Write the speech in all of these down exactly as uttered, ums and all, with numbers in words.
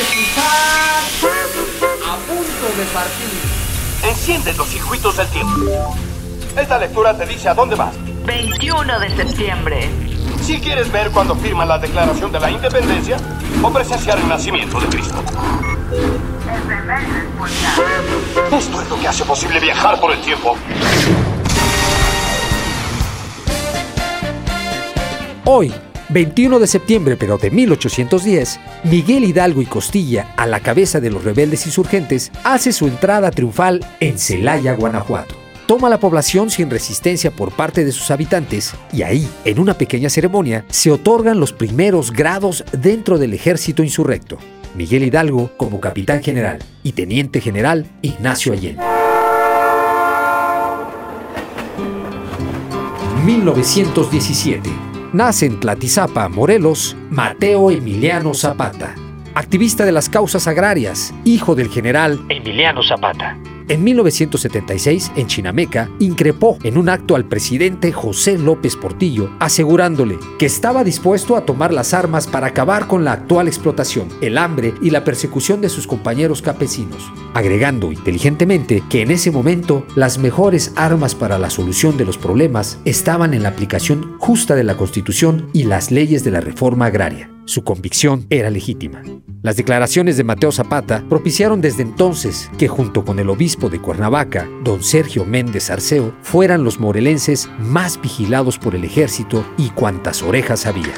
escuchar A Punto de Partir. Enciende los circuitos del tiempo. Esta lectura te dice a dónde vas. veintiuno de septiembre. Si quieres ver cuando firman la Declaración de la Independencia o presenciar el nacimiento de Cristo. Esto es lo que hace posible viajar por el tiempo. Hoy, veintiuno de septiembre, pero de mil ochocientos diez, Miguel Hidalgo y Costilla, a la cabeza de los rebeldes insurgentes, hace su entrada triunfal en Celaya, Guanajuato. Toma la población sin resistencia por parte de sus habitantes y ahí, en una pequeña ceremonia, se otorgan los primeros grados dentro del ejército insurrecto. Miguel Hidalgo como capitán general y teniente general Ignacio Allende. mil novecientos diecisiete. Nace en Tlatizapa, Morelos, Mateo Emiliano Zapata, activista de las causas agrarias, hijo del general Emiliano Zapata. En mil novecientos setenta y seis, en Chinameca, increpó en un acto al presidente José López Portillo, asegurándole que estaba dispuesto a tomar las armas para acabar con la actual explotación, el hambre y la persecución de sus compañeros campesinos, agregando inteligentemente que en ese momento las mejores armas para la solución de los problemas estaban en la aplicación justa de la Constitución y las leyes de la reforma agraria. Su convicción era legítima. Las declaraciones de Mateo Zapata propiciaron desde entonces que junto con el obispo de Cuernavaca, don Sergio Méndez Arceo, fueran los morelenses más vigilados por el ejército y cuantas orejas había.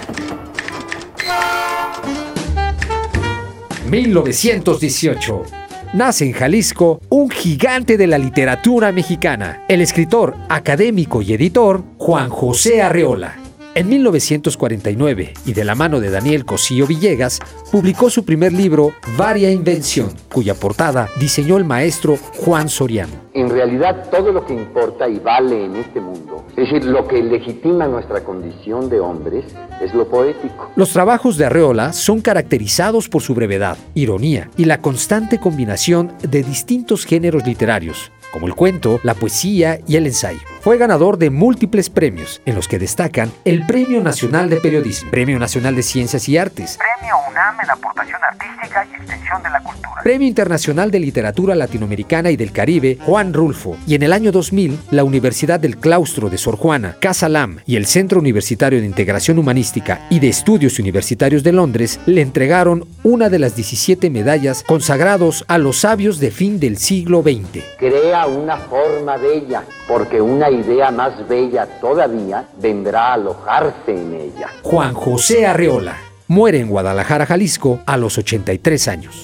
mil novecientos dieciocho. Nace en Jalisco un gigante de la literatura mexicana, el escritor, académico y editor Juan José Arreola. En mil novecientos cuarenta y nueve, y de la mano de Daniel Cosío Villegas, publicó su primer libro, Varia Invención, cuya portada diseñó el maestro Juan Soriano. En realidad, todo lo que importa y vale en este mundo, es decir, lo que legitima nuestra condición de hombres, es lo poético. Los trabajos de Arreola son caracterizados por su brevedad, ironía y la constante combinación de distintos géneros literarios, como el cuento, la poesía y el ensayo. Fue ganador de múltiples premios, en los que destacan el Premio Nacional de Periodismo, Premio Nacional de Ciencias y Artes, Premio UNAM en Aportación Artística y Extensión de la Cultura, Premio Internacional de Literatura Latinoamericana y del Caribe Juan Rulfo, y en el año dos mil, la Universidad del Claustro de Sor Juana, Casa Lam y el Centro Universitario de Integración Humanística y de Estudios Universitarios de Londres le entregaron una de las diecisiete medallas consagrados a los sabios de fin del siglo veinte. Crea una forma bella, porque una idea más bella todavía vendrá a alojarse en ella. Juan José Arreola muere en Guadalajara, Jalisco, a los ochenta y tres años.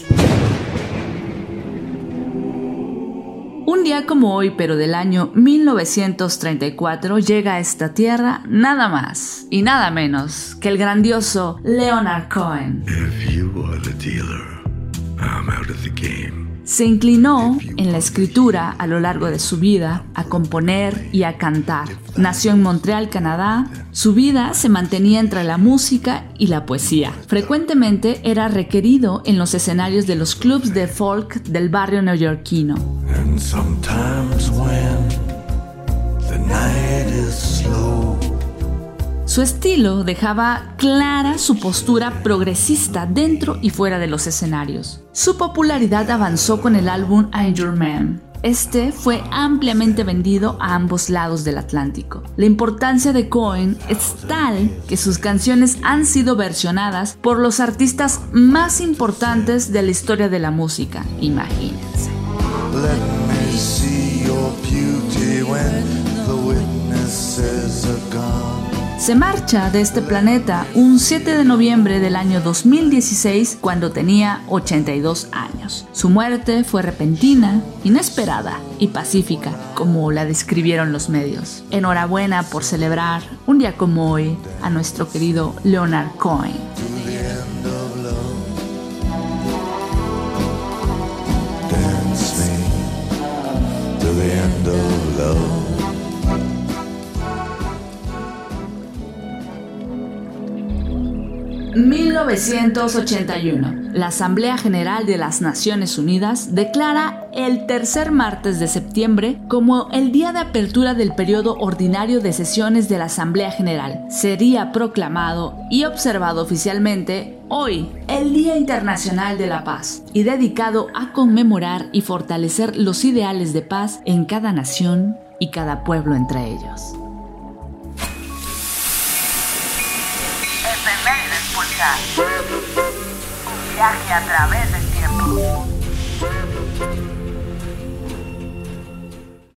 Un día como hoy, pero del año mil novecientos treinta y cuatro, llega a esta tierra nada más y nada menos que el grandioso Leonard Cohen. If you are the dealer, I'm out of the game. Se inclinó en la escritura a lo largo de su vida, a componer y a cantar. Nació en Montreal, Canadá. Su vida se mantenía entre la música y la poesía. Frecuentemente era requerido en los escenarios de los clubs de folk del barrio neoyorquino. And sometimes when the night is slow, su estilo dejaba clara su postura progresista dentro y fuera de los escenarios. Su popularidad avanzó con el álbum I'm Your Man. Este fue ampliamente vendido a ambos lados del Atlántico. La importancia de Cohen es tal que sus canciones han sido versionadas por los artistas más importantes de la historia de la música. Imagínense. let me see your beauty when the witnesses are gone. Se marcha de este planeta un siete de noviembre del año dos mil dieciséis cuando tenía ochenta y dos años. Su muerte fue repentina, inesperada y pacífica, como la describieron los medios. Enhorabuena por celebrar un día como hoy a nuestro querido Leonard Cohen. To the end of love. mil novecientos ochenta y uno. La Asamblea General de las Naciones Unidas declara el tercer martes de septiembre como el día de apertura del periodo ordinario de sesiones de la Asamblea General. Sería proclamado y observado oficialmente hoy, el Día Internacional de la Paz, y dedicado a conmemorar y fortalecer los ideales de paz en cada nación y cada pueblo entre ellos. Efemérides Pulsar. Un viaje a través del tiempo.